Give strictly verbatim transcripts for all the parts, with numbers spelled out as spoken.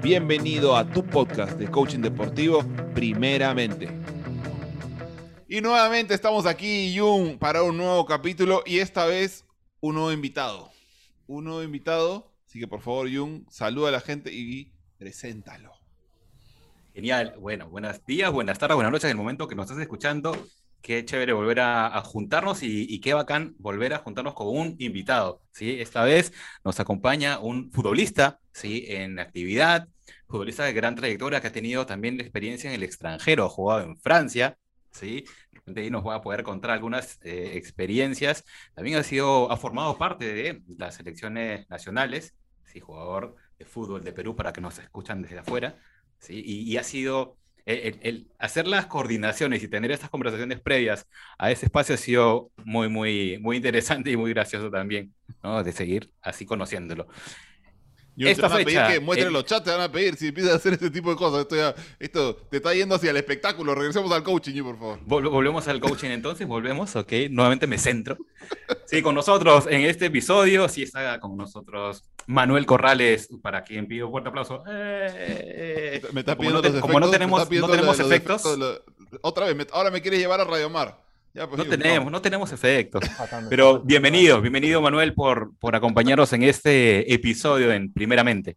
Bienvenido a tu podcast de coaching deportivo, Primeramente. Y nuevamente estamos aquí, Jung, para un nuevo capítulo y esta vez un nuevo invitado. Un nuevo invitado, así que por favor, Jung, saluda a la gente y preséntalo. Genial, bueno, buenos días, buenas tardes, buenas noches en el momento que nos estás escuchando. Qué chévere volver a, a juntarnos y, y qué bacán volver a juntarnos con un invitado, ¿sí? Esta vez nos acompaña un futbolista, ¿sí? En actividad, futbolista de gran trayectoria que ha tenido también experiencia en el extranjero, ha jugado en Francia, ¿sí? De repente ahí nos va a poder contar algunas eh, experiencias. También ha sido, ha formado parte de las selecciones nacionales, ¿sí? Jugador de fútbol de Perú para que nos escuchan desde afuera. ¿Sí? Y, y ha sido el, el, el, hacer las coordinaciones y tener estas conversaciones previas a ese espacio ha sido muy, muy, muy interesante y muy gracioso también, ¿no? De seguir así conociéndolo. Jung, te Esta van a pedir que fecha, muestres el, los chats, te van a pedir si empiezas a hacer este tipo de cosas. Esto, ya, esto te está yendo hacia el espectáculo. Regresemos al coaching, Jung, por favor. vol volvemos al coaching entonces, volvemos, ok, nuevamente me centro. Sí, con nosotros en este episodio, sí está con nosotros Manuel Corrales, para quien pido un fuerte aplauso. Eh, Me y estás como pidiendo no, los te, como no efectos, me estás tenemos, no pidiendo lo- tenemos los efectos. efectos, lo- Otra vez, me- ahora me quieres llevar a Radio Mar. Ya, pues, no Jung, vamos. tenemos, no tenemos efectos. Está faltando, está Pero faltando algo. bienvenido, bienvenido Manuel por, por acompañarnos en este episodio en Primeramente.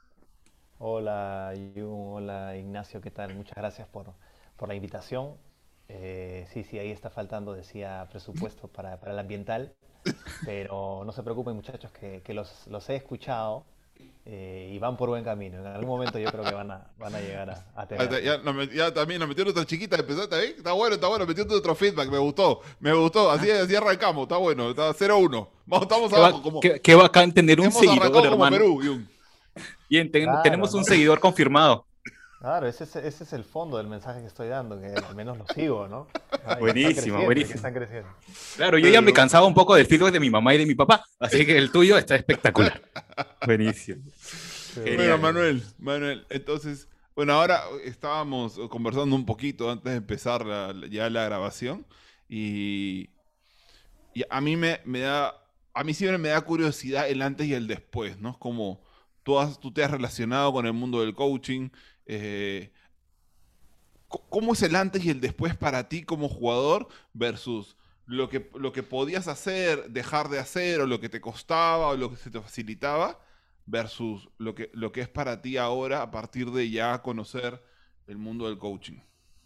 Hola, Jun, hola Ignacio, ¿qué tal? Muchas gracias por, por la invitación. Eh, sí, sí, ahí está faltando, decía, presupuesto para, para el ambiental, pero no se preocupen muchachos que, que los, los he escuchado eh, y van por buen camino. En algún momento yo creo que van a, van a llegar a, a Ahí está, tenerlo. Ya, nos met- ya también nos metió nuestra chiquita, empezaste ahí. Está bueno, está bueno, metió otro feedback, me gustó, me gustó. Así, así arrancamos, está bueno, está cero uno. Vamos, estamos Qué, va, abajo, como qué, qué bacán tener un hemos seguidor, arrancado como hermano. Perú, Jung. Bien, ten- Claro, tenemos un ¿no? seguidor confirmado. Claro, ese es, ese es el fondo del mensaje que estoy dando, que al menos lo sigo, ¿no? Ah, y que están Buenísimo, creciendo, y que buenísimo. están creciendo. Claro, yo ya me Pero, cansaba un poco del feedback de mi mamá y de mi papá, así que el tuyo está espectacular. Buenísimo. Qué bueno, bueno, qué Genial. bueno. Manuel, Manuel, entonces, bueno, ahora estábamos conversando un poquito antes de empezar la- ya la grabación y, y a mí me, me da, a mí siempre me da curiosidad el antes y el después, ¿no? Es como tú, has- tú te has relacionado con el mundo del coaching. eh, co- ¿Cómo es el antes y el después para ti como jugador versus lo que, lo que podías hacer, dejar de hacer, o lo que te costaba, o lo que se te facilitaba, versus lo que, lo que es para ti ahora a partir de ya conocer el mundo del coaching?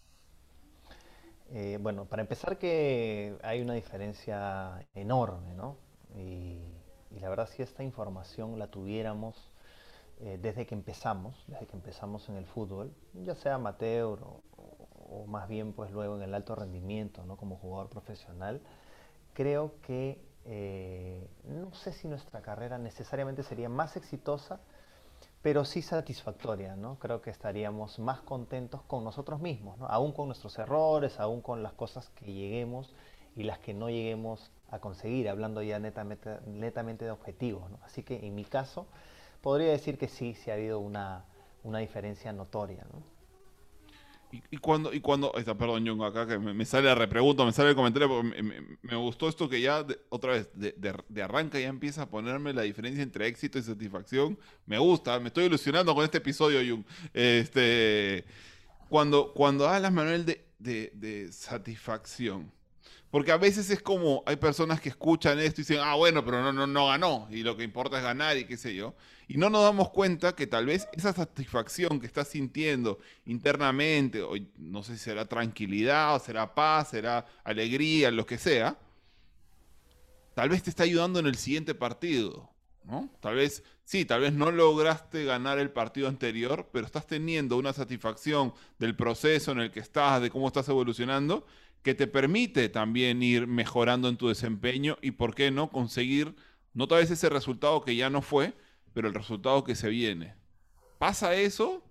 Eh, bueno, para empezar que hay una diferencia enorme, ¿no? Y, y la verdad si esta información la tuviéramos eh, desde que empezamos, desde que empezamos en el fútbol, ya sea amateur o, o más bien pues luego en el alto rendimiento, ¿no? Como jugador profesional, creo que eh, no sé si nuestra carrera necesariamente sería más exitosa, pero sí satisfactoria, ¿no? Creo que estaríamos más contentos con nosotros mismos, ¿no? Aún con nuestros errores, aún con las cosas que lleguemos y las que no lleguemos a conseguir, hablando ya netamente, netamente de objetivos, ¿no? Así que en mi caso, podría decir que sí, sí ha habido una, una diferencia notoria, ¿no? Y, y cuando, y cuando, ahí está, perdón, John, acá que me, me sale la repregunta, me sale el comentario, porque me, me- me gustó esto que ya, de- otra vez, de, de- de arranca ya empieza a ponerme la diferencia entre éxito y satisfacción. Me gusta, me estoy ilusionando con este episodio, Jung. Este, cuando, cuando hablas, Manuel, de, de, de satisfacción, porque a veces es como, hay personas que escuchan esto y dicen, ah, bueno, pero no, no, no ganó, y lo que importa es ganar y qué sé yo. Y no nos damos cuenta que tal vez esa satisfacción que estás sintiendo internamente, o no sé si será tranquilidad, o será paz, será alegría, lo que sea, tal vez te está ayudando en el siguiente partido, ¿no? Tal vez, sí, tal vez no lograste ganar el partido anterior, pero estás teniendo una satisfacción del proceso en el que estás, de cómo estás evolucionando, que te permite también ir mejorando en tu desempeño y, ¿por qué no?, conseguir, no tal vez ese resultado que ya no fue, pero el resultado que se viene. ¿Pasa eso?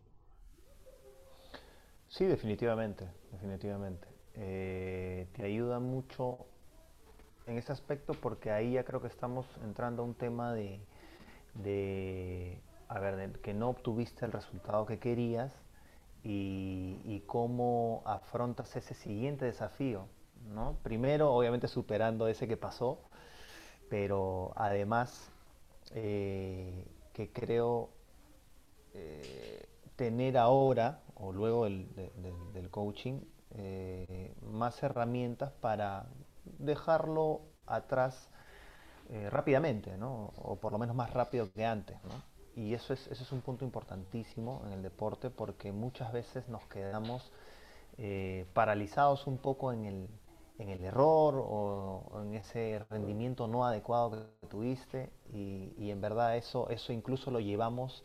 Sí, definitivamente, definitivamente. Eh, te ayuda mucho en ese aspecto porque ahí ya creo que estamos entrando a un tema de, de a ver, de que no obtuviste el resultado que querías y, y cómo afrontas ese siguiente desafío, ¿no? Primero, obviamente superando ese que pasó, pero además eh, que creo eh, tener ahora, o luego del, de- del- del coaching, eh, más herramientas para dejarlo atrás eh, rápidamente, ¿no? O por lo menos más rápido que antes, ¿no? Y eso es, eso es un punto importantísimo en el deporte porque muchas veces nos quedamos eh, paralizados un poco en el, en el error o, o en ese rendimiento no adecuado que tuviste y, y en verdad eso, eso incluso lo llevamos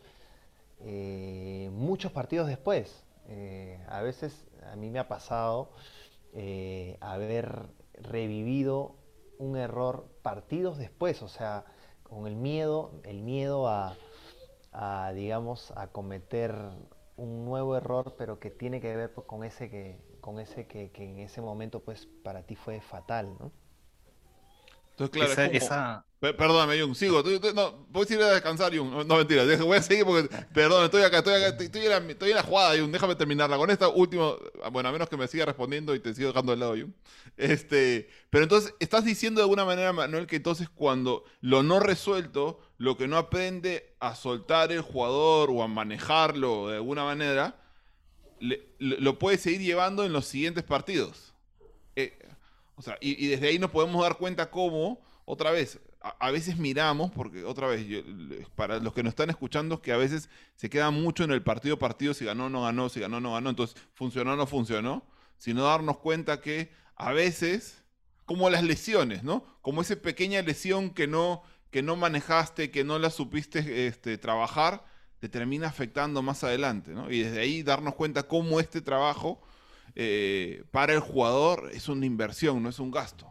eh, muchos partidos después. Eh, a veces a mí me ha pasado eh, haber revivido un error partidos después, o sea, con el miedo, el miedo a, a, digamos, a cometer un nuevo error, pero que tiene que ver pues, con ese que, con ese que, que en ese momento pues para ti fue fatal, ¿no? Entonces, claro, es Esa, como. esa, Per- Perdóname, Jung, sigo. Tú- tú- no, puedes ir a descansar, Jung. No, no, mentira, deja- voy a seguir porque. Perdón, estoy acá, estoy acá, estoy, estoy en la, estoy en la jugada, Jung. Déjame terminarla con esta última. Bueno, a menos que me siga respondiendo y te sigo dejando de lado, Jung. Este. Pero entonces, estás diciendo de alguna manera, Manuel, que entonces cuando lo no resuelto, lo que no aprende a soltar el jugador o a manejarlo de alguna manera, le- lo lo puede seguir llevando en los siguientes partidos. Eh, o sea, y, y desde ahí nos podemos dar cuenta cómo, otra vez, a, a veces miramos, porque otra vez, yo- le- para los que nos están escuchando, que a veces se queda mucho en el partido partido, si ganó o no ganó, si ganó o no ganó, entonces funcionó o no funcionó, sino darnos cuenta que a veces, como las lesiones, ¿no? Como esa pequeña lesión que no, que no manejaste, que no la supiste este, trabajar, te termina afectando más adelante, ¿no? Y desde ahí darnos cuenta cómo este trabajo eh, para el jugador es una inversión, no es un gasto.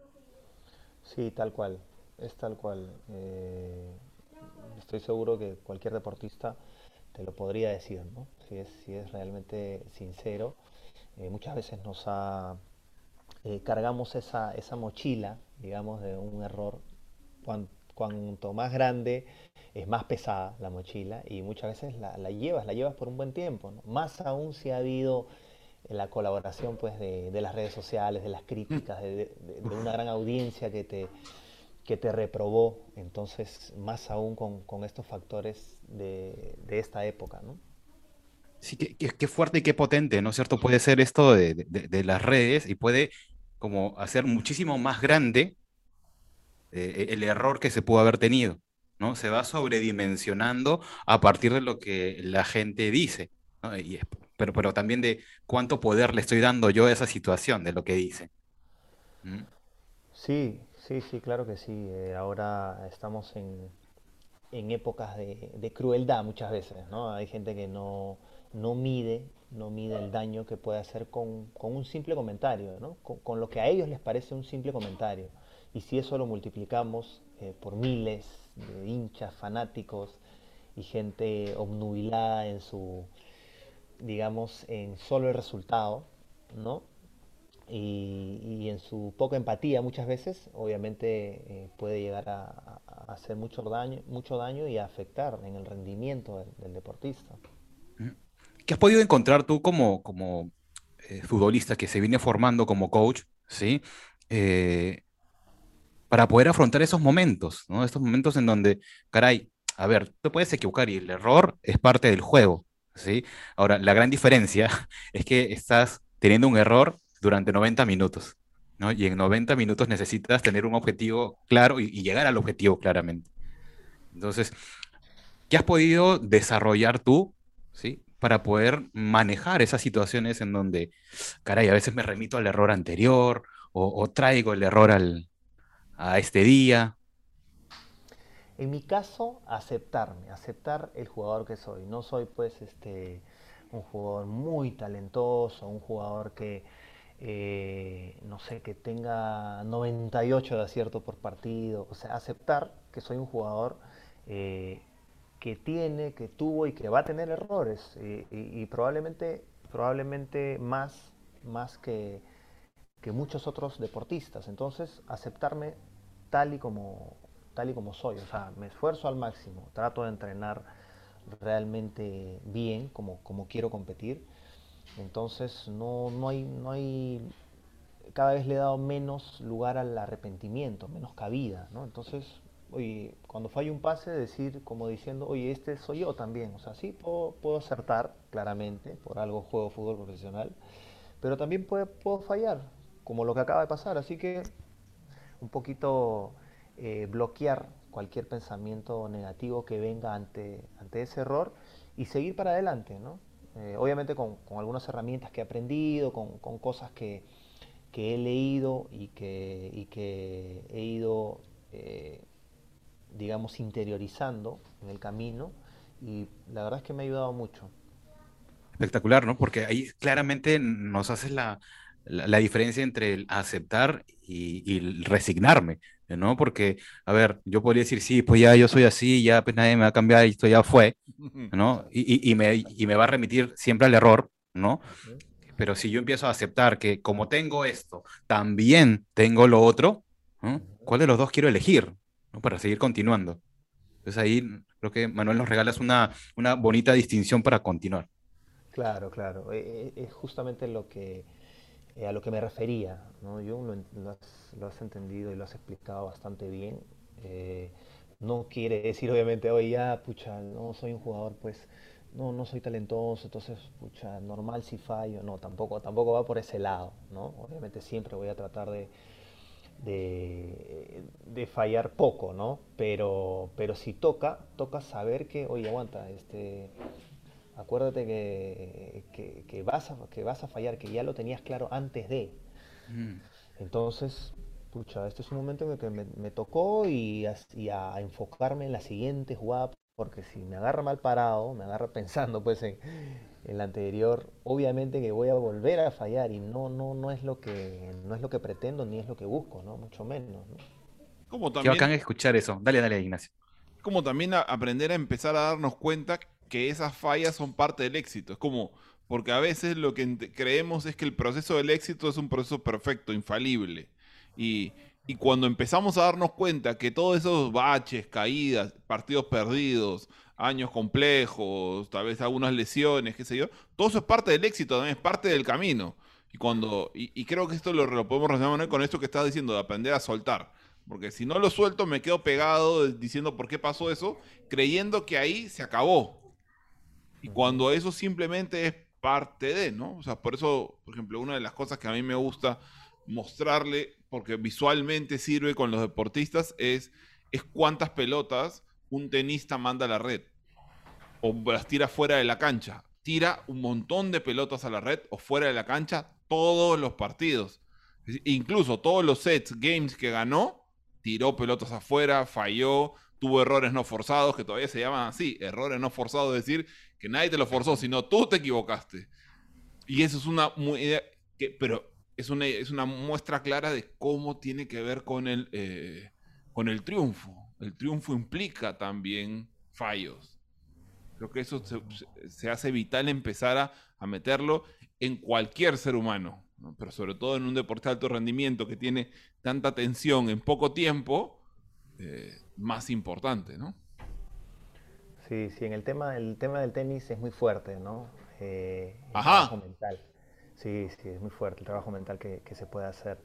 Sí, tal cual, es tal cual. Eh, estoy seguro que cualquier deportista te lo podría decir, ¿no? Si es, si es realmente sincero. Eh, muchas veces nos ha, eh, cargamos esa, esa mochila, digamos, de un error. Cuan- cuanto más grande, es más pesada la mochila y muchas veces la, la llevas, la llevas por un buen tiempo, ¿no? Más aún si ha habido la colaboración pues de, de las redes sociales, de las críticas, de, de- de una gran audiencia que te, que te reprobó, entonces más aún con, con estos factores de, de esta época, ¿no? sí, qué, qué- qué fuerte y qué potente, ¿no es cierto? Puede ser esto de, de- de- de las redes y puede como hacer muchísimo más grande eh, el error que se pudo haber tenido, ¿no? Se va sobredimensionando a partir de lo que la gente dice, ¿no? Y es- pero, pero también de cuánto poder le estoy dando yo a esa situación, de lo que dice. ¿Mm? Sí, sí, sí, claro que sí. Eh, ahora estamos en, en épocas de, de crueldad muchas veces, ¿no? Hay gente que no, no mide, no mide el daño que puede hacer con, con un simple comentario, ¿no? Con, con lo que a ellos les parece un simple comentario. Y si eso lo multiplicamos eh, por miles de hinchas, fanáticos y gente obnubilada en su, digamos, en solo el resultado, ¿no? Y, y en su poca empatía muchas veces, obviamente eh, puede llegar a, a- a hacer mucho daño, mucho daño y a afectar en el rendimiento del, del deportista. ¿Mm? ¿Qué has podido encontrar tú como, como eh, futbolista que se viene formando como coach, ¿sí? Eh, para poder afrontar esos momentos, ¿no? Estos momentos en donde, caray, a ver, te puedes equivocar y el error es parte del juego, ¿sí? Ahora, la gran diferencia es que estás teniendo un error durante noventa minutos, ¿no? Y en noventa minutos necesitas tener un objetivo claro y, y llegar al objetivo claramente. Entonces, ¿qué has podido desarrollar tú, ¿sí? Para poder manejar esas situaciones en donde, caray, a veces me remito al error anterior o, o traigo el error al, a este día. En mi caso, aceptarme, aceptar el jugador que soy. No soy pues este un jugador muy talentoso, un jugador que eh, no sé, que tenga noventa y ocho de acierto por partido. O sea, aceptar que soy un jugador eh, que tiene, que tuvo y que va a tener errores. Y, y- y probablemente, probablemente más, más que, que muchos otros deportistas. Entonces, aceptarme tal y como, tal y como soy. O sea, me esfuerzo al máximo, trato de entrenar realmente bien, como, como quiero competir. Entonces, no, no hay, no hay, cada vez le he dado menos lugar al arrepentimiento, menos cabida, ¿no? Entonces, oye, cuando fallo un pase, decir como diciendo, oye, este soy yo también. O sea, sí, puedo, puedo acertar, claramente, por algo juego fútbol profesional, pero también puede- puedo fallar, como lo que acaba de pasar. Así que un poquito eh, bloquear cualquier pensamiento negativo que venga ante, ante ese error y seguir para adelante, ¿no? Eh, obviamente con, con algunas herramientas que he aprendido, con, con cosas que, que he leído y que, y que he ido, eh, digamos, interiorizando en el camino y la verdad es que me ha ayudado mucho. Espectacular, ¿no? Porque ahí claramente nos haces la, la, la diferencia entre el aceptar y, y el resignarme, ¿no? Porque, a ver, yo podría decir, sí, pues ya yo soy así, ya pues nadie me va a cambiar y esto ya fue, ¿no? Y, y, y me, y me va a remitir siempre al error, ¿no? Ujú. Pero si yo empiezo a aceptar que como tengo esto, también tengo lo otro, ¿no? ¿Cuál de los dos quiero elegir, ¿no? Para seguir continuando. Entonces ahí creo que Manuel nos regalas una, una bonita distinción para continuar. Claro, claro. Eh, eh, Es justamente lo que, eh, a lo que me refería, ¿no? Yo lo, en- lo has, lo has entendido y lo has explicado bastante bien. Eh, no quiere decir, obviamente, oye, ya, pucha, no soy un jugador, pues, no, no soy talentoso, entonces, pucha, normal si fallo. No, tampoco, tampoco va por ese lado, ¿no? Obviamente siempre voy a tratar de, de, de fallar poco, ¿no? Pero, pero si toca, toca saber que, oye, aguanta, este, acuérdate que, que, que vas a, que vas a fallar, que ya lo tenías claro antes de. Mm. Entonces, pucha, este es un momento en el que me, me tocó y, as- y a enfocarme en la siguiente jugada, porque si me agarra mal parado, me agarra pensando pues en, en la anterior, obviamente que voy a volver a fallar y no, no, no es lo que, no es lo que pretendo ni es lo que busco, ¿no? Mucho menos, ¿no? Como Qué bacán también, escuchar eso. Dale, dale, Ignacio. como también a- aprender a empezar a darnos cuenta que esas fallas son parte del éxito. Es como, porque a veces lo que ent- creemos es que el proceso del éxito es un proceso perfecto, infalible. Y, y cuando empezamos a darnos cuenta que todos esos baches, caídas, partidos perdidos, años complejos, tal vez algunas lesiones, qué sé yo, todo eso es parte del éxito, también es parte del camino. Y cuando, y, y creo que esto lo, lo podemos relacionar con esto que estás diciendo, de aprender a soltar. Porque si no lo suelto, me quedo pegado diciendo por qué pasó eso, creyendo que ahí se acabó. Y Ujú. cuando eso simplemente es parte de, ¿no? O sea, por eso, por ejemplo, una de las cosas que a mí me gusta mostrarle, porque visualmente sirve con los deportistas, es, es cuántas pelotas un tenista manda a la red o las tira fuera de la cancha. Tira un montón de pelotas a la red o fuera de la cancha todos los partidos. Incluso todos los sets, games que ganó, tiró pelotas afuera, falló, tuvo errores no forzados, que todavía se llaman así, errores no forzados, es decir, que nadie te lo forzó, sino tú te equivocaste. Y eso es una muy... Que, pero es una, es una muestra clara de cómo tiene que ver con el, eh, con el triunfo. El triunfo implica también fallos. Creo que eso se, se hace vital empezar a, a, meterlo en cualquier ser humano, ¿no? Pero sobre todo en un deporte de alto rendimiento que tiene tanta tensión en poco tiempo, eh, más importante, ¿no? Sí, sí, en el tema, el tema del tenis es muy fuerte, ¿no? Eh, el trabajo Ajá. mental. Sí, sí, es muy fuerte el trabajo mental que, que se puede hacer.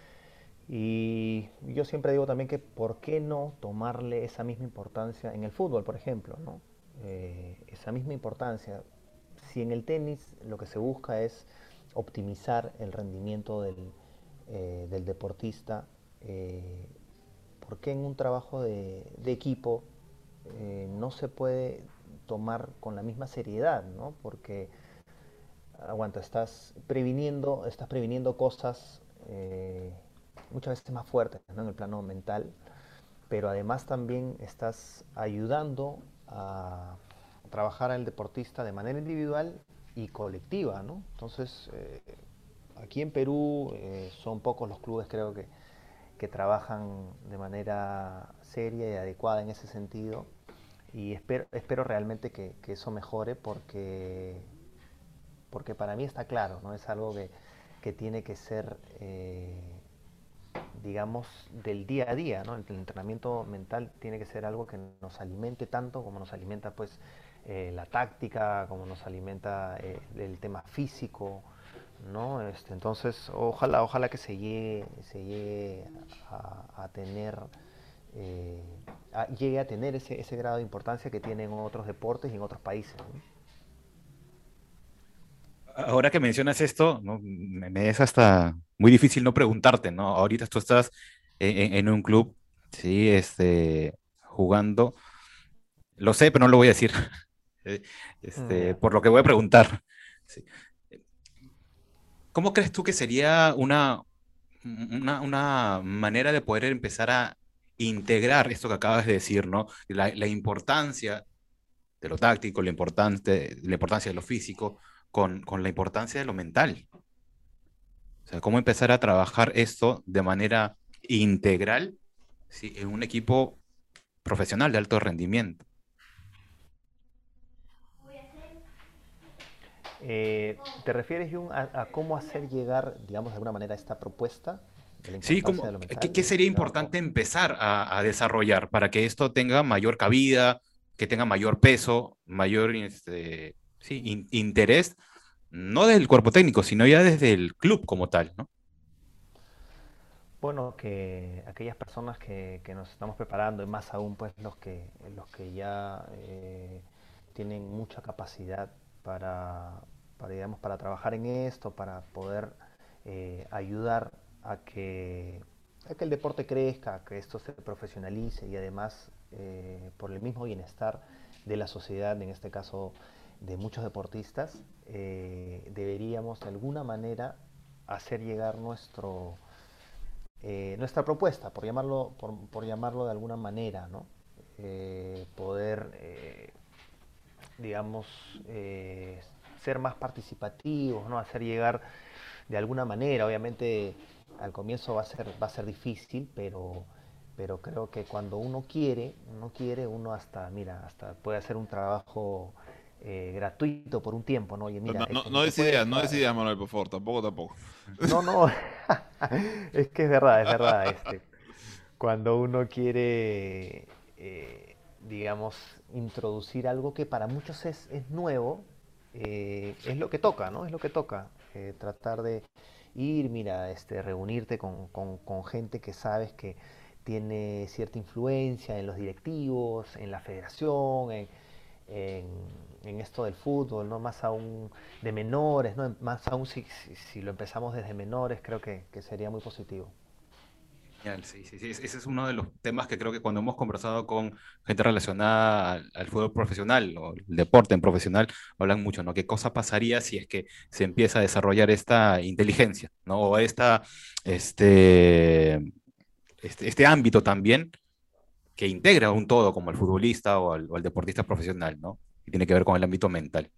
Y yo siempre digo también que por qué no tomarle esa misma importancia en el fútbol, por ejemplo, ¿no? Eh, esa misma importancia. Si en el tenis lo que se busca es optimizar el rendimiento del, eh, del deportista, eh, ¿por qué en un trabajo de, de equipo eh, no se puede tomar con la misma seriedad, ¿no? Porque aguanta, estás previniendo, estás previniendo cosas eh, muchas veces más fuertes, ¿no? En el plano mental, pero además también estás ayudando a trabajar al deportista de manera individual y colectiva, ¿no? Entonces, eh, aquí en Perú eh, son pocos los clubes, creo que, que trabajan de manera seria y adecuada en ese sentido. Y espero, espero realmente que, que eso mejore porque porque para mí está claro, ¿no? Es algo que, que tiene que ser, eh, digamos, del día a día, ¿no? El, el entrenamiento mental tiene que ser algo que nos alimente tanto como nos alimenta, pues, eh, la táctica, como nos alimenta eh, el tema físico, ¿no? Este, entonces, ojalá, ojalá que se llegue, se llegue a, a tener eh, a- llegue a tener ese, ese grado de importancia que tiene en otros deportes y en otros países, ¿no? Ahora que mencionas esto, ¿no? Me, me es hasta muy difícil no preguntarte, ¿no? Ahorita tú estás en, en- en un club, sí, este, jugando. Lo sé, pero no lo voy a decir, eh, Mm, este, ya. por lo que voy a preguntar. Sí. ¿Cómo crees tú que sería una, una, una manera de poder empezar a integrar esto que acabas de decir, ¿no? La, la importancia de lo táctico, la, importante, la importancia de lo físico, con, con la importancia de lo mental. O sea, cómo empezar a trabajar esto de manera integral, ¿sí? En un equipo profesional de alto rendimiento. Eh, ¿te refieres, Jung, a, a cómo hacer llegar, digamos, de alguna manera esta propuesta de la Sí, importancia de ¿cómo, lo qué, mental? qué sería No, o- importante empezar a, a desarrollar para que esto tenga mayor cabida, que tenga mayor peso, mayor este, sí, in- interés, no desde el cuerpo técnico, sino ya desde el club como tal, ¿no? bueno, que aquellas personas que, que nos estamos preparando, y más aún pues los que, los que ya eh, tienen mucha capacidad para, para, digamos, para trabajar en esto, para poder eh, ayudar a que, a que el deporte crezca, a que esto se profesionalice y además eh, por el mismo bienestar de la sociedad, en este caso de muchos deportistas, eh, deberíamos de alguna manera hacer llegar nuestro eh, nuestra propuesta, por llamarlo, por, por llamarlo de alguna manera, ¿no? Eh, poder, eh, digamos, eh, ser más participativos, ¿no? Hacer llegar de alguna manera, obviamente al comienzo va a ser, va a ser difícil, pero, pero creo que cuando uno quiere, uno quiere, uno hasta, mira, hasta puede hacer un trabajo eh, gratuito por un tiempo, ¿no? Oye, mira, No, no, esta es mi no des ideas, no propuesta. des ideas, Manuel, por favor, tampoco, tampoco. No, no, es que es verdad, es verdad, este, cuando uno quiere, eh, digamos, introducir algo que para muchos es, es nuevo, eh, es lo que toca, ¿no? Es lo que toca. Eh, tratar de ir, mira, este, reunirte con, con- con gente que sabes que tiene cierta influencia en los directivos, en la federación, en, en, en esto del fútbol, ¿no? Más aún de menores, ¿no? Más aún si, si, si lo empezamos desde menores, creo que, que sería muy positivo. Genial, sí, sí, sí. Ese ese es uno de los temas que creo que cuando hemos conversado con gente relacionada al, al fútbol profesional o el deporte en profesional, hablan mucho, ¿no? ¿Qué cosa pasaría si es que se empieza a desarrollar esta inteligencia, ¿no? O esta, este, este, este ámbito también que integra un todo como el futbolista o el, o el deportista profesional, ¿no? Y tiene que ver con el ámbito mental.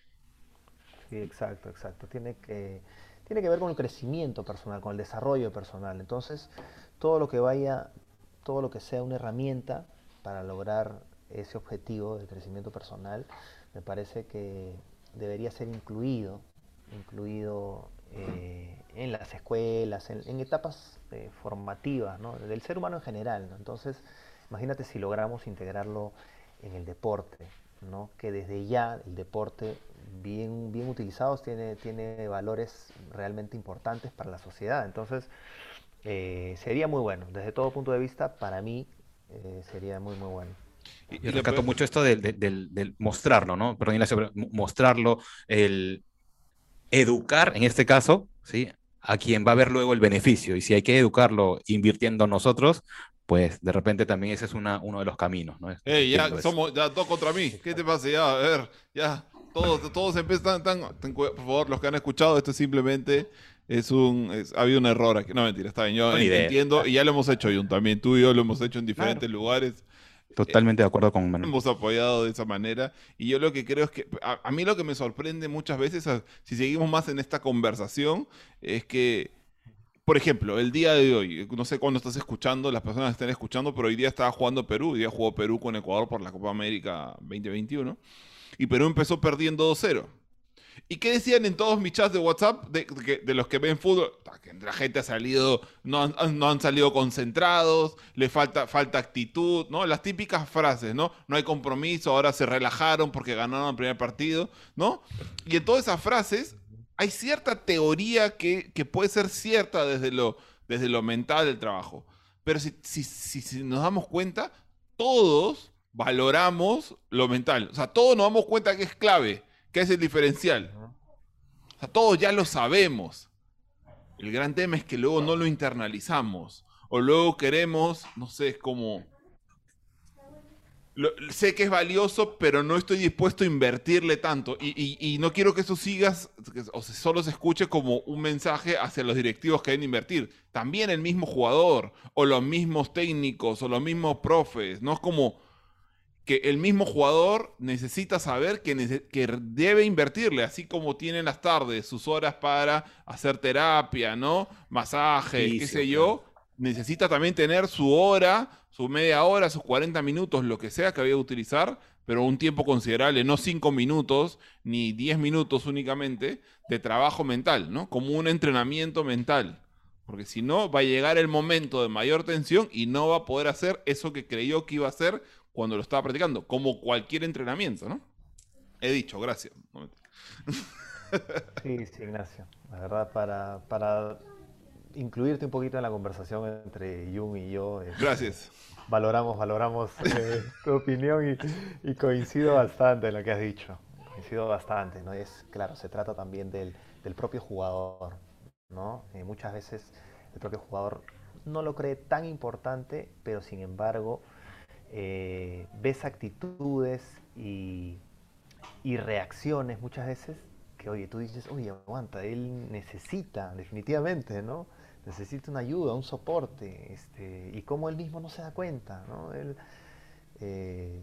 Sí, exacto, exacto. Tiene que, tiene que ver con el crecimiento personal, con el desarrollo personal. Entonces, todo lo que vaya, todo lo que sea una herramienta para lograr ese objetivo de crecimiento personal, me parece que debería ser incluido, incluido eh, en las escuelas, en, en etapas eh, formativas, ¿no? Del ser humano en general, ¿no? Entonces, imagínate si logramos integrarlo en el deporte, ¿no? Que desde ya el deporte, bien, bien utilizados, tiene, tiene valores realmente importantes para la sociedad. Entonces, eh, sería muy bueno. Desde todo punto de vista, para mí, eh, sería muy, muy bueno. Y, Y y lo rescato peor- mucho esto del, del, del- del mostrarlo, ¿no? Perdón, Ignacio, pero mo- mostrarlo, el educar, en este caso, ¿sí? A quien va a ver luego el beneficio. Y si hay que educarlo invirtiendo nosotros, pues de repente también ese es una, uno de los caminos, ¿no? Ey, ya Entiendo eso. somos, ya dos contra mí. ¿Qué te Exacto. pasa? Ya, a ver, ya. Todos, todos empiezan tan, tan- por favor, los que han escuchado, esto simplemente es un, es- ha habido un error aquí. No, mentira, está bien. Yo Son en- ideas. entiendo, y ya lo hemos hecho, Jun, también tú y yo lo hemos hecho en Claro. diferentes lugares. eh, Totalmente de acuerdo con Manuel. Hemos apoyado de esa manera. Y yo lo que creo es que, a, a mí lo que me sorprende muchas veces, a- si seguimos más en esta conversación, es que por ejemplo, el día de hoy, no sé cuándo estás escuchando, las personas estén escuchando, pero hoy día estaba jugando Perú, hoy día jugó Perú con Ecuador por la Copa América dos mil veintiuno, y Perú empezó perdiendo dos cero. ¿Y qué decían en todos mis chats de WhatsApp de, de- de los que ven fútbol? Ah, que la gente ha salido, no han, han- no han salido concentrados, le falta, falta actitud, ¿no? Las típicas frases, ¿no? No hay compromiso, ahora se relajaron porque ganaron el primer partido, ¿no? Y en todas esas frases hay cierta teoría que, que puede ser cierta desde lo, desde lo mental del trabajo. Pero si, si, si, si nos damos cuenta, todos valoramos lo mental. O sea, todos nos damos cuenta que es clave, que es el diferencial. Ujú. O sea, todos ya lo sabemos. El gran tema es que luego no lo internalizamos. O luego queremos, no sé, es como... Lo, sé que es valioso, pero no estoy dispuesto a invertirle tanto. Y, y, y no quiero que eso sigas, o sea, solo se escuche como un mensaje hacia los directivos que deben invertir. También el mismo jugador, o los mismos técnicos, o los mismos profes. No es como que el mismo jugador necesita saber que, nece que debe invertirle, así como tiene en las tardes sus horas para hacer terapia, ¿no? Masajes, qué Vicio, sé claro. yo. Necesita también tener su hora, su media hora, sus cuarenta minutos, lo que sea que vaya a utilizar, pero un tiempo considerable, no cinco minutos ni diez minutos únicamente de trabajo mental, ¿no? Como un entrenamiento mental. Porque si no, va a llegar el momento de mayor tensión y no va a poder hacer eso que creyó que iba a hacer cuando lo estaba practicando, como cualquier entrenamiento, ¿no? He dicho, gracias. Sí, sí, Ignacio. La verdad, para, para incluirte un poquito en la conversación entre Jung y yo, este, Gracias. valoramos, valoramos eh, tu opinión y, y coincido bastante en lo que has dicho. Coincido bastante, ¿no? Es, claro, se trata también del, del propio jugador, ¿no? Eh, muchas veces el propio jugador no lo cree tan importante, pero sin embargo eh, ves actitudes y, y reacciones muchas veces que, oye, tú dices, oye, aguanta, él necesita, definitivamente, ¿no? Necesita una ayuda, un soporte, este, y cómo él mismo no se da cuenta, ¿no? Él eh,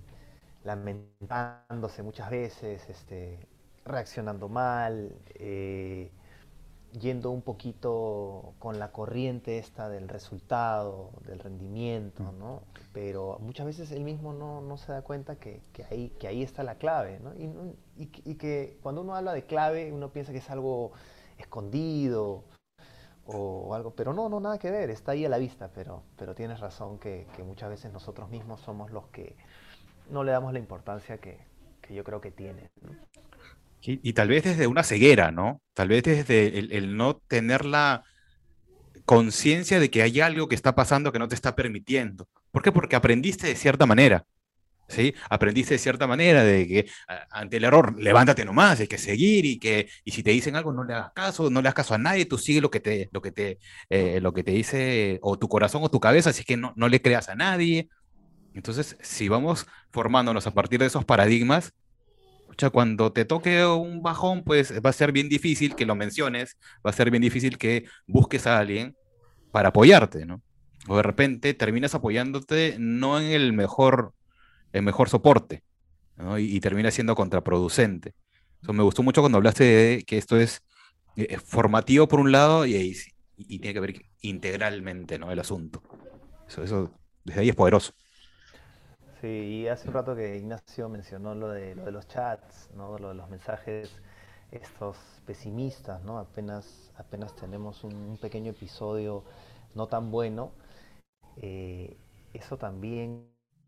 lamentándose muchas veces, este, reaccionando mal, eh, yendo un poquito con la corriente esta del resultado, del rendimiento, ¿no? Pero muchas veces él mismo no, no se da cuenta que, que, ahí, que ahí está la clave, ¿no? Y, no- y que- y que cuando uno habla de clave, uno piensa que es algo escondido o algo, pero no, no, nada que ver, está ahí a la vista, pero, pero tienes razón que, que muchas veces nosotros mismos somos los que no le damos la importancia que, que yo creo que tiene, ¿no? Y, y tal vez desde una ceguera, ¿no? Tal vez desde el, el no tener la conciencia de que hay algo que está pasando que no te está permitiendo. ¿Por qué? Porque aprendiste de cierta manera. ¿Sí? Aprendiste de cierta manera de que a- ante el error, levántate nomás, hay que seguir y que y si te dicen algo no le hagas caso, no le hagas caso a nadie, tú sigue lo que te lo que te eh, lo que te dice o tu corazón o tu cabeza, así que no, no le creas a nadie. Entonces, si vamos formándonos a partir de esos paradigmas, pucha, cuando te toque un bajón, pues va a ser bien difícil que lo menciones, va a ser bien difícil que busques a alguien para apoyarte, ¿no? O de repente terminas apoyándote no en el mejor el mejor soporte, ¿no? Y, y termina siendo contraproducente. Eso me gustó mucho cuando hablaste de que esto es eh, formativo por un lado y, y, y tiene que ver integralmente, ¿no? El asunto. Eso, eso desde ahí es poderoso. Sí, y hace un rato que Ignacio mencionó lo de, lo de los chats, ¿no? Lo de los mensajes estos pesimistas, ¿no? Apenas, apenas tenemos un, un pequeño episodio no tan bueno, eh, eso también,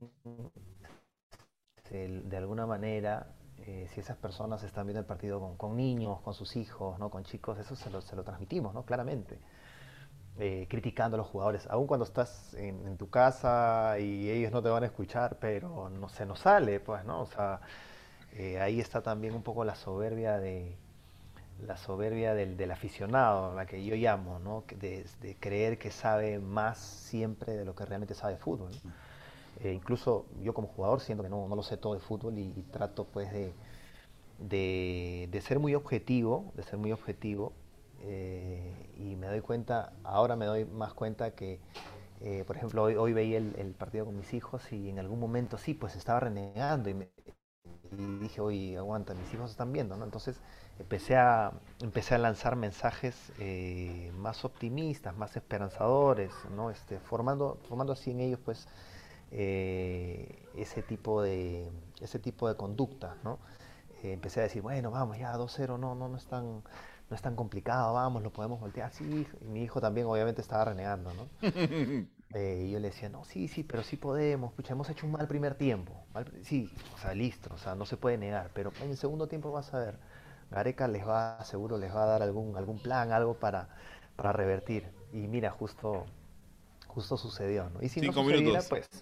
se- de alguna manera, eh, si esas personas están viendo el partido con, con niños, con sus hijos, ¿no? Con chicos, eso se lo, se lo transmitimos, ¿no? Claramente. Eh, criticando a los jugadores, aun cuando estás en, en tu casa y ellos no te van a escuchar, pero no se nos sale, pues, ¿no? O sea, eh, ahí está también un poco la soberbia de la soberbia del, del aficionado, la que yo llamo, ¿no? Que De, de creer que sabe más siempre de lo que realmente sabe de fútbol, ¿no? Eh, incluso yo como jugador siento que no, no lo sé todo de fútbol y, y trato pues de, de, de ser muy objetivo, de ser muy objetivo, eh, y me doy cuenta, ahora me doy más cuenta que, eh, por ejemplo, hoy, hoy veía el, el partido con mis hijos y en algún momento sí, pues estaba renegando y, me, y dije, oye, aguanta, mis hijos están viendo, ¿no? Entonces empecé a, empecé a lanzar mensajes eh, más optimistas, más esperanzadores, ¿no? Este, formando, formando así en ellos, pues, eh, ese tipo de, ese tipo de conducta, ¿no? Eh, empecé a decir, bueno, vamos, ya dos cero, no, no, no es tan, no es tan complicado, vamos, lo podemos voltear. Sí, y mi hijo también obviamente estaba renegando, ¿no? Eh, y yo le decía, no, sí, sí, pero sí podemos, pucha, hemos hecho un mal primer tiempo. Mal sí, o sea, listo, o sea, no se puede negar, pero en el segundo tiempo vas a ver, Gareca les va, seguro les va a dar algún, algún plan, algo para, para revertir. Y mira, justo justo sucedió, ¿no? Y si no Cinco sucediera, minutos. pues,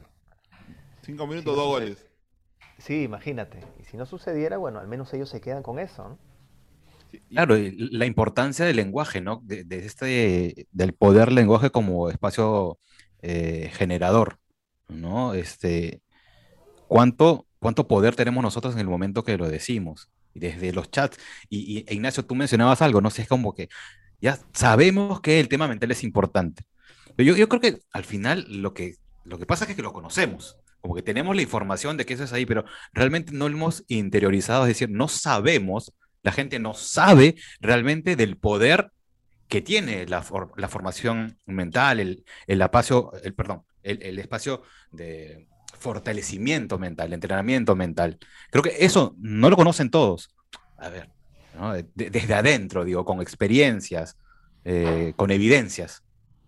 Cinco si minutos, no dos sucede, goles. sí, imagínate. Y si no sucediera, bueno, al menos ellos se quedan con eso, ¿no? Sí, y- Claro, y la importancia del lenguaje, ¿no? De, de este, del poder lenguaje como espacio eh, generador, ¿no? Este, ¿cuánto, cuánto poder tenemos nosotros en el momento que lo decimos? Y desde los chats. Y, y, e Ignacio, tú mencionabas algo, ¿no? sé, es como que ya sabemos que el tema mental es importante. Pero yo, yo creo que al final lo que, lo que pasa es que lo conocemos. Como que tenemos la información de que eso es ahí, pero realmente no lo hemos interiorizado, es decir, no sabemos, la gente no sabe realmente del poder que tiene la, for- la formación mental, el, el espacio, el, perdón, el, el espacio de fortalecimiento mental, entrenamiento mental. Creo que eso no lo conocen todos. A ver, ¿no? De- desde adentro, digo, con experiencias, eh, con evidencias.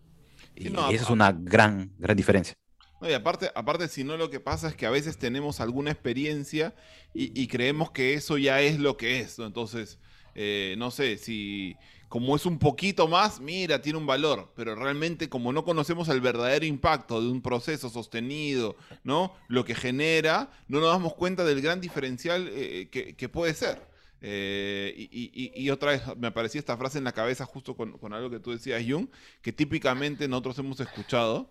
sí, no, Y a- esa es a- una gran, gran diferencia. no, y aparte, aparte, si no, lo que pasa es que a veces tenemos alguna experiencia y, y creemos que eso ya es lo que es, ¿no? Entonces, eh, no sé, si como es un poquito más, mira, tiene un valor, pero realmente como no conocemos el verdadero impacto de un proceso sostenido, ¿no? Lo que genera, no nos damos cuenta del gran diferencial eh, que, que puede ser. Eh, y, y- y- y otra vez me aparecía esta frase en la cabeza justo con, con algo que tú decías, Jung, que típicamente nosotros hemos escuchado,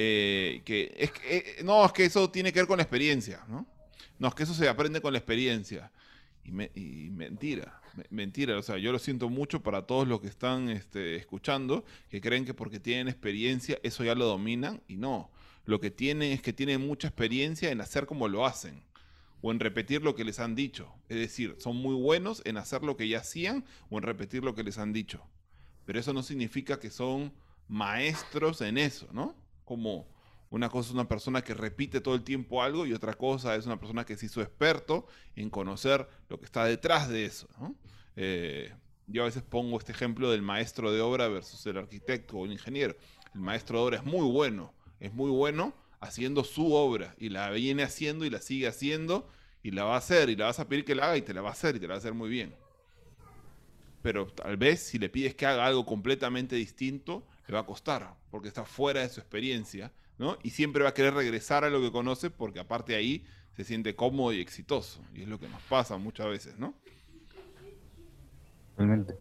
eh, que es que, eh, no, es que eso tiene que ver con la experiencia, ¿no? No, es que eso se aprende con la experiencia. Y, me- y mentira, me- mentira, o sea, yo lo siento mucho para todos los que están este, escuchando, que creen que porque tienen experiencia eso ya lo dominan, y no. Lo que tienen es que tienen mucha experiencia en hacer como lo hacen, o en repetir lo que les han dicho. Es decir, son muy buenos en hacer lo que ya hacían o en repetir lo que les han dicho. Pero eso no significa que son maestros en eso, ¿no? Como una cosa es una persona que repite todo el tiempo algo y otra cosa es una persona que se hizo experto en conocer lo que está detrás de eso, ¿no? Eh, yo a veces pongo este ejemplo del maestro de obra versus el arquitecto o el ingeniero. El maestro de obra es muy bueno, es muy bueno haciendo su obra y la viene haciendo y la sigue haciendo y la va a hacer y la vas a pedir que la haga y te la va a hacer y te la va a hacer muy bien. Pero tal vez si le pides que haga algo completamente distinto, le va a costar, porque está fuera de su experiencia, ¿no? Y siempre va a querer regresar a lo que conoce, porque aparte ahí se siente cómodo y exitoso. Y es lo que nos pasa muchas veces, ¿no? Realmente.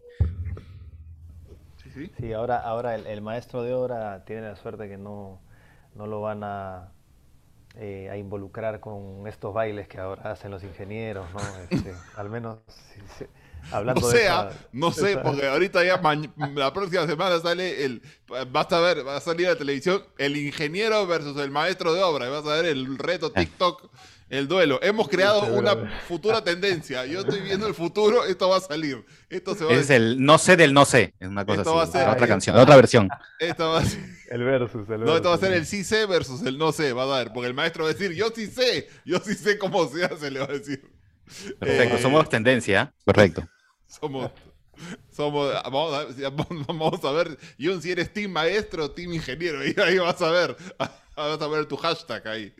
Sí, sí. Sí, ahora, ahora el, el maestro de obra tiene la suerte que no, no lo van a, eh, a involucrar con estos bailes que ahora hacen los ingenieros, ¿no? Este, al menos sí, sí, No hablando de sea, esa, no de sé, esa- porque ahorita ya ma- la próxima semana sale el, vas a ver, va a salir a la televisión el ingeniero versus el maestro de obra, y vas a ver el reto Ah, TikTok, el duelo. Hemos Sí, creado una seguramente. futura tendencia. Yo estoy viendo el futuro, esto va a salir, esto se va a ese es decir, el no sé del no sé, es una cosa esto va a así, ser, la Ahí otra eh, canción, está. la otra versión. esto va a ser, El versus, el no, esto va a versus, ser el sí. sí sé versus el no sé, va a dar, porque el maestro va a decir, yo sí sé, yo sí sé cómo se hace, le va a decir. Perfecto, Toma. Eh, somos tendencia, ¿eh? Correcto. somos, somos, vamos a, vamos a ver, Jun, si eres team maestro o team ingeniero, y ahí vas a ver, vas a ver tu hashtag ahí.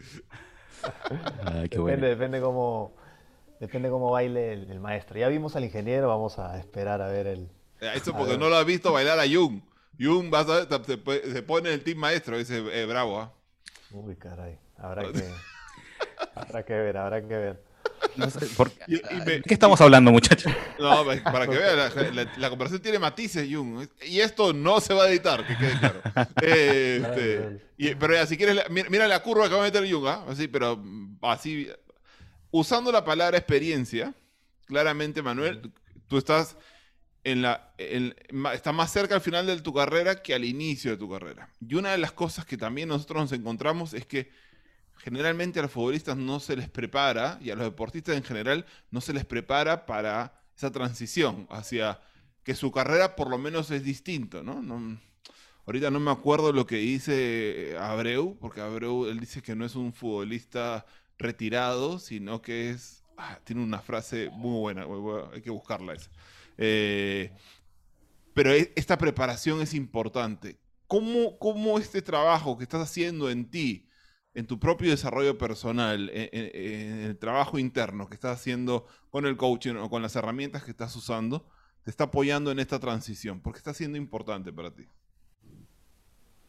Ay, qué bueno. Depende, depende cómo, depende cómo baile el, el maestro. Ya vimos al ingeniero, vamos a esperar a ver el, Eh, Eso a porque ver. no lo has visto bailar a Jun. Jun, vas a ver, se, se pone en el team maestro, dice, eh, bravo, ¿ah? Uy, caray, habrá que, habrá que ver, habrá que ver. No sé, por- Y, y me- ¿de qué estamos hablando, muchachos? no, para que No sé. vean, la, la- la conversación tiene matices, Jun. Y esto no se va a editar, que quede claro. Eh, Dale, este, dale. y- pero ya, si quieres, la- mira, mira la curva que va a meter Jun, ¿ah? Así, pero mm, así, usando la palabra experiencia, claramente, Ujú. Manuel, tú estás en la, en- ma- está más cerca al final de tu carrera que al inicio de tu carrera. Y una de las cosas que también nosotros nos encontramos es que generalmente a los futbolistas no se les prepara, y a los deportistas en general no se les prepara para esa transición hacia que su carrera por lo menos es distinto, ¿no? No- ahorita no me acuerdo lo que dice Abreu, porque Abreu, él dice que no es un futbolista retirado, sino que es... ah, tiene una frase muy buena, voy- voy- hay que buscarla esa. Eh, pero e- esta preparación es importante. ¿Cómo, cómo este trabajo que estás haciendo en ti, en tu propio desarrollo personal, en, en- en el trabajo interno que estás haciendo con el coaching o con las herramientas que estás usando, te está apoyando en esta transición? ¿Por qué está siendo importante para ti?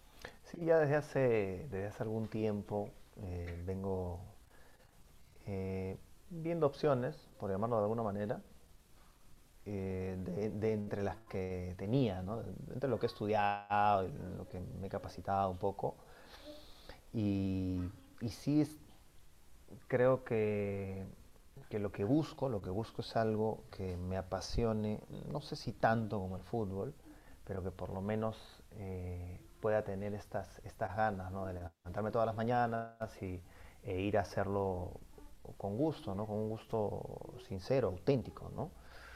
Sí, ya desde hace, desde hace algún tiempo eh, vengo eh, viendo opciones, por llamarlo de alguna manera, eh, de, de entre las que tenía, ¿no? Entre lo que he estudiado, y lo que me he capacitado un poco. Y, y sí es- creo que, que lo que busco, lo que busco es algo que me apasione, no sé si tanto como el fútbol, pero que por lo menos eh, pueda tener estas, estas ganas, ¿no? De levantarme todas las mañanas y, e ir a hacerlo con gusto, ¿no? Con un gusto sincero, auténtico, ¿no?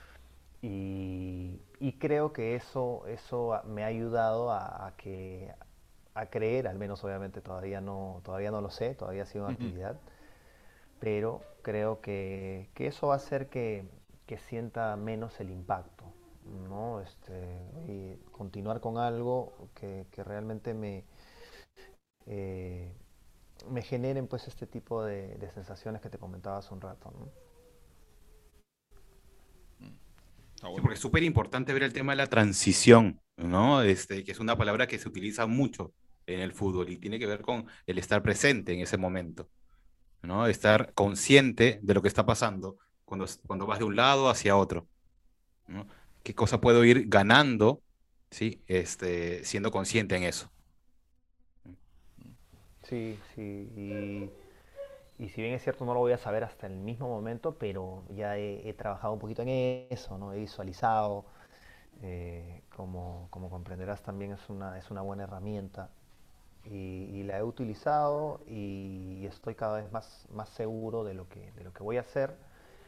Y, y creo que eso, eso me ha ayudado a, a que, a creer, al menos obviamente todavía no, todavía no lo sé, todavía sigo en Ujú. actividad, pero creo que, que eso va a hacer que, que sienta menos el impacto, ¿no? Este, y continuar con algo que, que realmente me, eh, me generen pues este tipo de, de sensaciones que te comentaba hace un rato, ¿no? Mm, Está Sí, bueno. porque es súper importante ver el tema de la transición, ¿no? Este, que es una palabra que se utiliza mucho en el fútbol y tiene que ver con el estar presente en ese momento, ¿no? Estar consciente de lo que está pasando cuando, cuando vas de un lado hacia otro, ¿no? ¿Qué cosa puedo ir ganando, ¿sí? Este, siendo consciente en eso. Sí, sí, y, y si bien es cierto no lo voy a saber hasta el mismo momento, pero ya he, he trabajado un poquito en eso, ¿no? He visualizado, eh, como, como comprenderás también es una, es una buena herramienta y, y la he utilizado y estoy cada vez más, más seguro de lo que, de lo que voy a hacer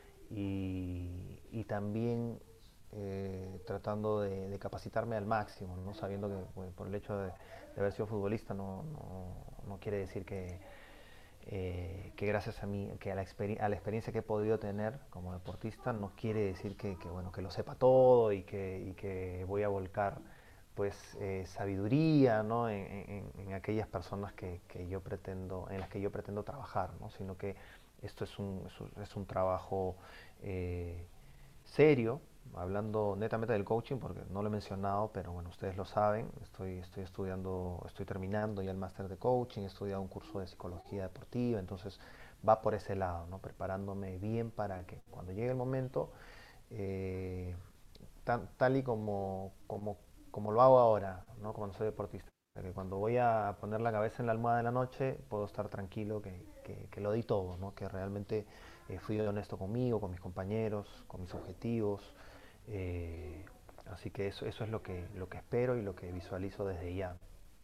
y, y también eh, tratando de, de capacitarme al máximo, ¿no? Sabiendo que bueno, por el hecho de, de haber sido futbolista no, no, no quiere decir que, eh, que gracias a mí, que a la, experien a la experiencia que he podido tener como deportista, no quiere decir que, que, bueno, que lo sepa todo y que, y que voy a volcar pues eh, sabiduría, ¿no? en, en, en, aquellas personas que, que, yo pretendo, en las que yo pretendo trabajar, ¿no? Sino que esto es un, es un, es un trabajo eh, serio, hablando netamente del coaching, porque no lo he mencionado, pero bueno, ustedes lo saben, estoy, estoy estudiando, estoy terminando ya el máster de coaching, he estudiado un curso de psicología deportiva, entonces va por ese lado, ¿no? Preparándome bien para que cuando llegue el momento, eh, tan, tal y como, como, como lo hago ahora, ¿no? Cuando soy deportista, que cuando voy a poner la cabeza en la almohada en la noche, puedo estar tranquilo que, que, que lo di todo, ¿no? Que realmente eh, fui honesto conmigo, con mis compañeros, con mis objetivos. Eh, así que eso, eso es lo que, lo que espero y lo que visualizo desde ya.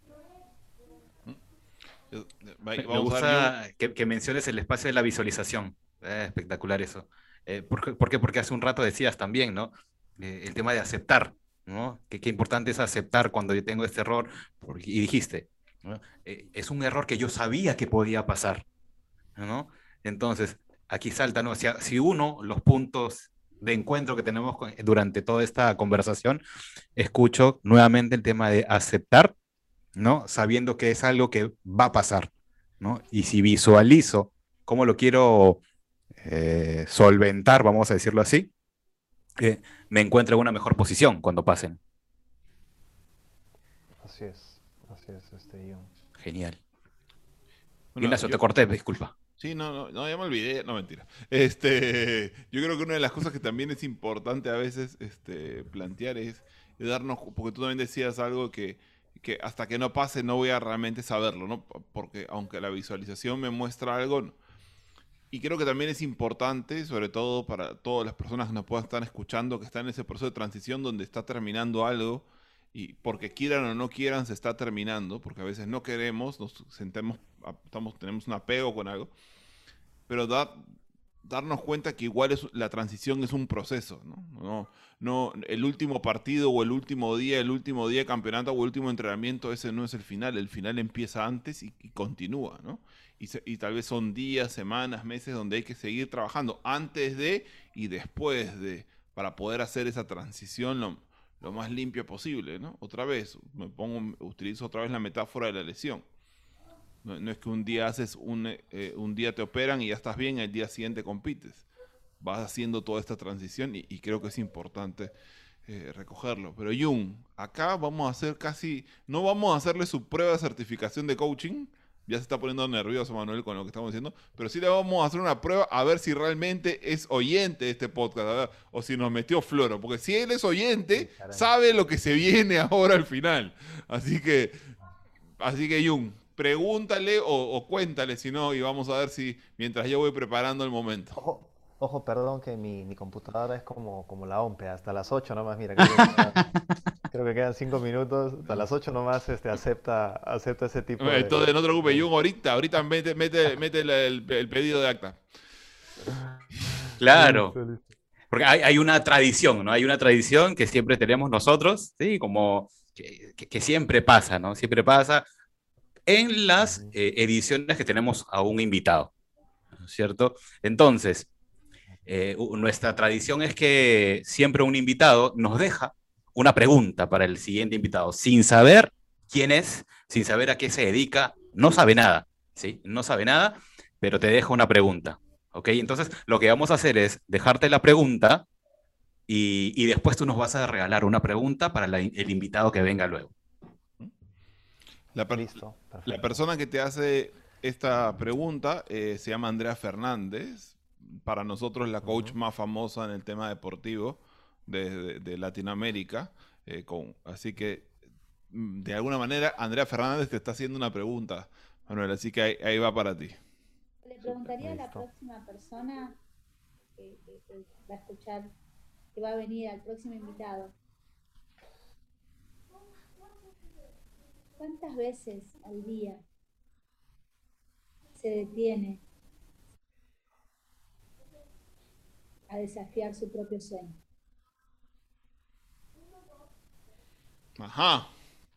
Mm. Yo- va- Me, me Vamos a ver, Jun. gusta que, que menciones el espacio de la visualización. Eh, espectacular eso. Eh, ¿por, qué? ¿Por qué? Porque hace un rato decías también, ¿no? Eh, el tema de aceptar, ¿no? Que qué importante es aceptar cuando yo tengo este error. Porque- y dijiste, ¿no? Eh, es un error que yo sabía que podía pasar, ¿no? Entonces, aquí salta, ¿no? Si, a- si uno, los puntos de encuentro que tenemos con- durante toda esta conversación, escucho nuevamente el tema de aceptar, ¿no? Sabiendo que es algo que va a pasar, ¿no? Y si visualizo cómo lo quiero eh, solventar, vamos a decirlo así, eh, me encuentro en una mejor posición cuando pasen. Así es, así es, este John. Genial. Bueno, Ignacio, yo, te corté, disculpa. sí, no, no, no, ya me olvidé, no mentira. Este, yo creo que una de las cosas que también es importante a veces este, plantear es darnos, porque tú también decías algo que, que hasta que no pase no voy a realmente saberlo, ¿no? Porque aunque la visualización me muestra algo, no. Y creo que también es importante, sobre todo para todas las personas que nos puedan estar escuchando, que están en ese proceso de transición donde está terminando algo, y porque quieran o no quieran se está terminando, porque a veces no queremos, nos sentemos, estamos, tenemos un apego con algo, pero da- darnos cuenta que igual es, la transición es un proceso, ¿no? No, no, el último partido o el último día, el último día de campeonato o el último entrenamiento, ese no es el final, el final empieza antes y, y continúa, ¿no? Y, se- y tal vez son días, semanas, meses donde hay que seguir trabajando antes de y después de, para poder hacer esa transición lo, lo más limpia posible, ¿no? Otra vez, me pongo, utilizo otra vez la metáfora de la lesión. No, no es que un día haces un, eh, un día te operan y ya estás bien, el día siguiente compites. Vas haciendo toda esta transición y, y creo que es importante eh, recogerlo. Pero Jung, acá vamos a hacer casi, no vamos a hacerle su prueba de certificación de coaching. Ya se está poniendo nervioso Manuel con lo que estamos diciendo, pero sí le vamos a hacer una prueba a ver si realmente es oyente de este podcast, a ver, o si nos metió floro, porque si él es Sí, oyente, caray. sabe lo que se viene ahora al final. Así que, así que Jung, pregúntale o, o cuéntale si no, y vamos a ver si mientras yo voy preparando el momento. Ojo, ojo, perdón que mi, mi computadora es como, como la OMPE, hasta las ocho nomás, mira, creo que quedan, creo que quedan cinco minutos, hasta las ocho nomás este, acepta, acepta ese tipo de, Entonces no te preocupes, de- Jung, ahorita, ahorita mete, mete, mete el, el- el pedido de acta. Claro, Listo, listo. porque hay, hay una tradición, ¿no? Hay una tradición que siempre tenemos nosotros, ¿sí? Como que, que- que siempre pasa, ¿no? Siempre pasa en las Ujú. eh, ediciones que tenemos a un invitado, ¿no es cierto? Entonces, eh, u- nuestra tradición es que siempre un invitado nos deja una pregunta para el siguiente invitado, sin saber quién es, sin saber a qué se dedica, no sabe nada, ¿sí? No sabe nada, pero te deja una pregunta, ¿ok? Entonces, lo que vamos a hacer es dejarte la pregunta y, y después tú nos vas a regalar una pregunta para la- el invitado que venga luego. La, per- Listo, la perfecto. persona que te hace esta pregunta eh, se llama Andrea Fernández. Para nosotros la coach Ujú. más famosa en el tema deportivo de, de- de Latinoamérica. Eh, con, así que, mm, de alguna manera, Andrea Fernández te está haciendo una pregunta, Manuel. Así que ahí, ahí va para ti. Le preguntaría a la Listo. próxima persona que, que- que va a escuchar, que va a venir al próximo invitado, ¿cuántas veces al día se detiene a desafiar su propio sueño? Ajá.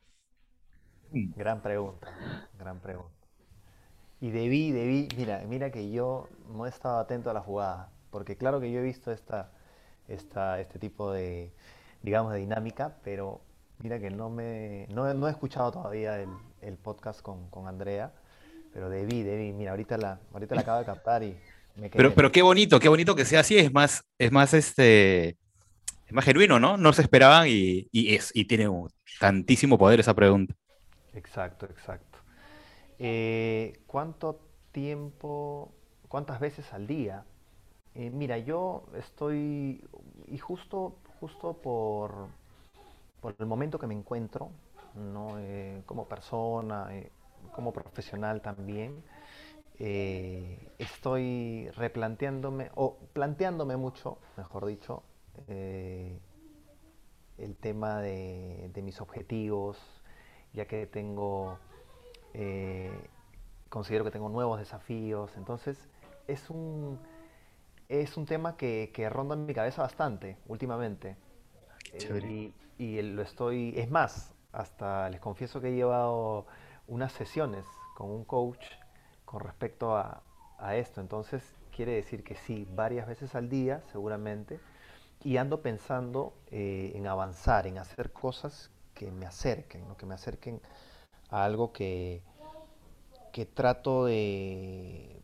Gran pregunta, gran pregunta. Y debí, debí, mira, mira que yo no he estado atento a la jugada, porque claro que yo he visto esta, esta, este tipo de, digamos, de dinámica, pero mira que no me, no, he- no he escuchado todavía el, el podcast con, con Andrea, pero debí, debí, mira, ahorita la, ahorita la acabo de captar y me Pero, quedé. pero qué bonito, qué bonito que sea así, es más, es más, este, es más genuino, ¿no? No se esperaban y, y, es, y tiene un- tantísimo poder esa pregunta. Exacto, exacto. Eh, ¿cuánto tiempo, cuántas veces al día? Eh, mira, yo estoy, y justo, justo por, por el momento que me encuentro, ¿no? Eh, como persona, eh, como profesional también, eh, estoy replanteándome, o planteándome mucho, mejor dicho, eh, el tema de, de mis objetivos, ya que tengo, eh, considero que tengo nuevos desafíos, entonces es un, es un tema que, que ronda en mi cabeza bastante últimamente. Qué chévere. Eh, y, y lo estoy, es más, hasta les confieso que he llevado unas sesiones con un coach con respecto a, a esto. Entonces, quiere decir que sí, varias veces al día, seguramente, y ando pensando eh, en avanzar, en hacer cosas que me acerquen, ¿no? Que me acerquen a algo que, que trato de,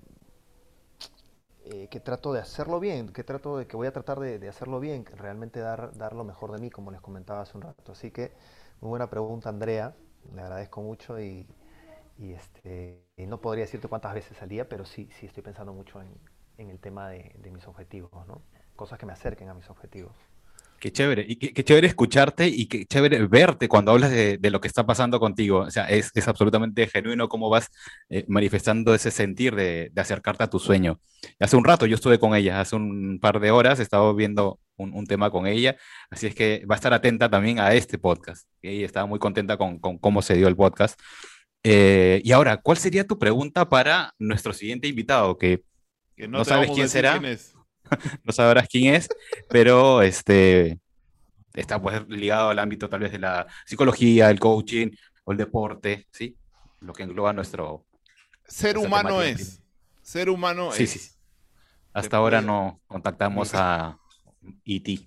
eh, que trato de hacerlo bien, que trato de que voy a tratar de, de hacerlo bien, realmente dar, dar lo mejor de mí, como les comentaba hace un rato. Así que muy buena pregunta, Andrea. Le agradezco mucho y, y, este, y no podría decirte cuántas veces al día, pero sí, sí estoy pensando mucho en, en el tema de, de mis objetivos, ¿no? Cosas que me acerquen a mis objetivos. Qué chévere, y qué, qué chévere escucharte y qué chévere verte cuando hablas de, de lo que está pasando contigo. O sea, es, es absolutamente genuino cómo vas eh, manifestando ese sentir de, de acercarte a tu sueño. Hace un rato yo estuve con ella, hace un par de horas he estado viendo un, un tema con ella, así es que va a estar atenta también a este podcast. Ella estaba muy contenta con, con cómo se dio el podcast. Eh, y ahora, ¿cuál sería tu pregunta para nuestro siguiente invitado? Que Que no no te sabes vamos a quién decir quién será, es. no sabrás quién es, pero este está pues ligado al ámbito tal vez de la psicología, el coaching o el deporte, ¿sí? Lo que engloba nuestro, Ser nuestra humano temática es. principal. Ser humano Sí, sí, sí. es. Hasta ahora Después. no contactamos a E T.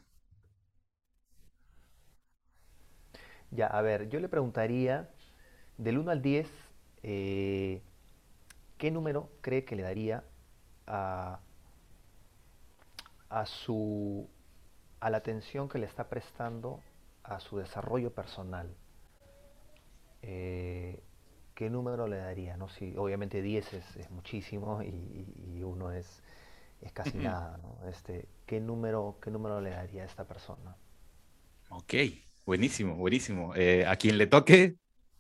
Ya, a ver, yo le preguntaría, del uno al diez, eh, ¿qué número cree que le daría a, a su a la atención que le está prestando a su desarrollo personal, eh, ¿qué número le daría? ¿No? Si, obviamente diez es, es muchísimo y, y uno es, es casi nada, ¿no? Este, ¿qué número, qué número le daría a esta persona? Ok, buenísimo, buenísimo. Eh, a quien le toque,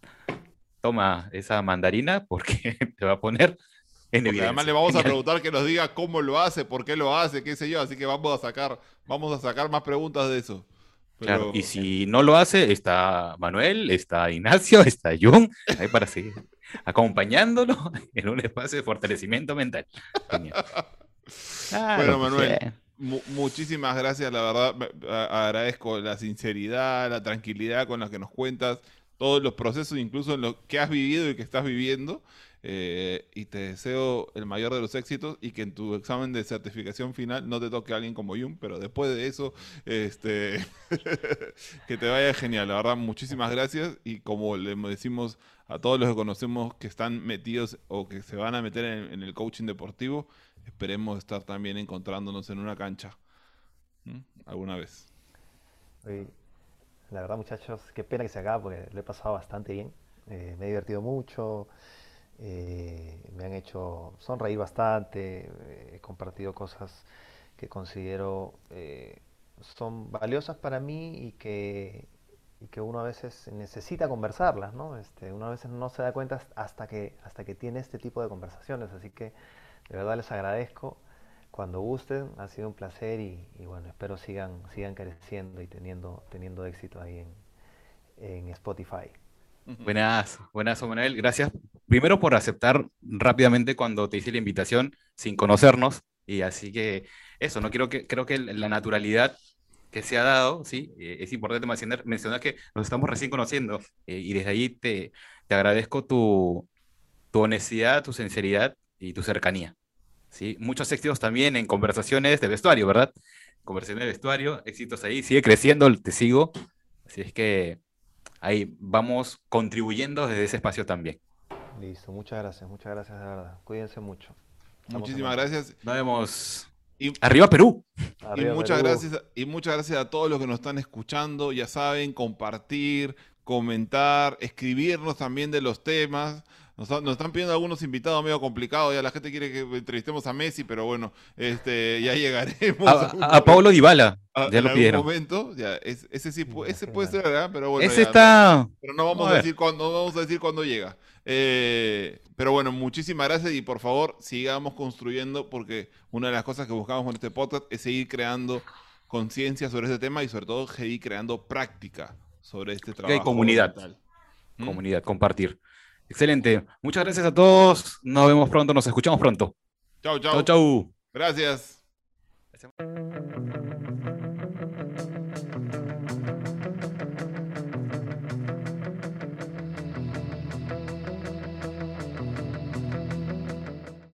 toma esa mandarina porque te va a poner en Porque además le evidencia. vamos a Genial. preguntar que nos diga cómo lo hace, por qué lo hace, qué sé yo. Así que vamos a sacar, vamos a sacar más preguntas de eso. Claro, y Pero si no lo hace, está Manuel, está Ignacio, está Jun, ahí para seguir acompañándolo en un espacio de fortalecimiento mental. Genial. Claro, bueno, pues Manuel, bien. mu- muchísimas gracias, la verdad. me- a- agradezco la sinceridad, la tranquilidad con la que nos cuentas todos los procesos, incluso en lo que has vivido y que estás viviendo. eh, y te deseo el mayor de los éxitos y que en tu examen de certificación final no te toque a alguien como Jun, pero después de eso, este, que te vaya genial. La verdad, muchísimas gracias. Y como le decimos a todos los que conocemos que están metidos o que se van a meter en en el coaching deportivo, esperemos estar también encontrándonos en una cancha, ¿m? Alguna vez. Oye, la verdad, muchachos, qué pena que se acabe porque lo he pasado bastante bien. Eh, me he divertido mucho, eh, me han hecho sonreír bastante, eh, he compartido cosas que considero eh, son valiosas para mí y que, y que uno a veces necesita conversarlas, ¿no? Este, uno a veces no se da cuenta hasta que, hasta que tiene este tipo de conversaciones, así que de verdad les agradezco. Cuando gusten, ha sido un placer y, y bueno, espero sigan, sigan creciendo y teniendo, teniendo éxito ahí en, en Spotify. Ujú. Buenas, buenas, Manuel. Gracias primero por aceptar rápidamente cuando te hice la invitación sin conocernos. Y así que eso, no quiero que, creo que la naturalidad que se ha dado, sí, eh, es importante mencionar, mencionar que nos estamos recién conociendo eh, y desde ahí te, te agradezco tu, tu honestidad, tu sinceridad y tu cercanía. ¿Sí? Muchos éxitos también en conversaciones de vestuario, ¿verdad? Conversaciones de vestuario, éxitos ahí, sigue creciendo, te sigo. Así es que ahí vamos contribuyendo desde ese espacio también. Listo, muchas gracias, muchas gracias de verdad. Cuídense mucho. Estamos en Muchísimas contacto. gracias. Nos vemos. Y, Arriba Perú. y Arriba muchas Perú. gracias, y muchas gracias a todos los que nos están escuchando. Ya saben, compartir, comentar, escribirnos también de los temas. Nos, ha- nos están pidiendo algunos invitados medio complicados. Ya la gente quiere que entrevistemos a Messi, pero bueno, este, ya llegaremos a A, un a, a momento. Paulo Dybala. a- Ya en lo algún pidieron. momento, ya, es- ese sí, pu- ese puede ser, Imagínate. ¿verdad? Pero bueno, Ese ya, no, está. pero no Vamos vamos a a ver. decir cuándo, no vamos a decir cuándo llega. Eh, pero bueno, muchísimas gracias y por favor sigamos construyendo porque una de las cosas que buscamos con este podcast es seguir creando conciencia sobre este tema y sobre todo seguir creando práctica sobre este Y hay trabajo comunidad. mental. ¿Mm? Comunidad, compartir. Excelente. Muchas gracias a todos. Nos vemos pronto, nos escuchamos pronto. Chau, Chau, chau. chau. Gracias.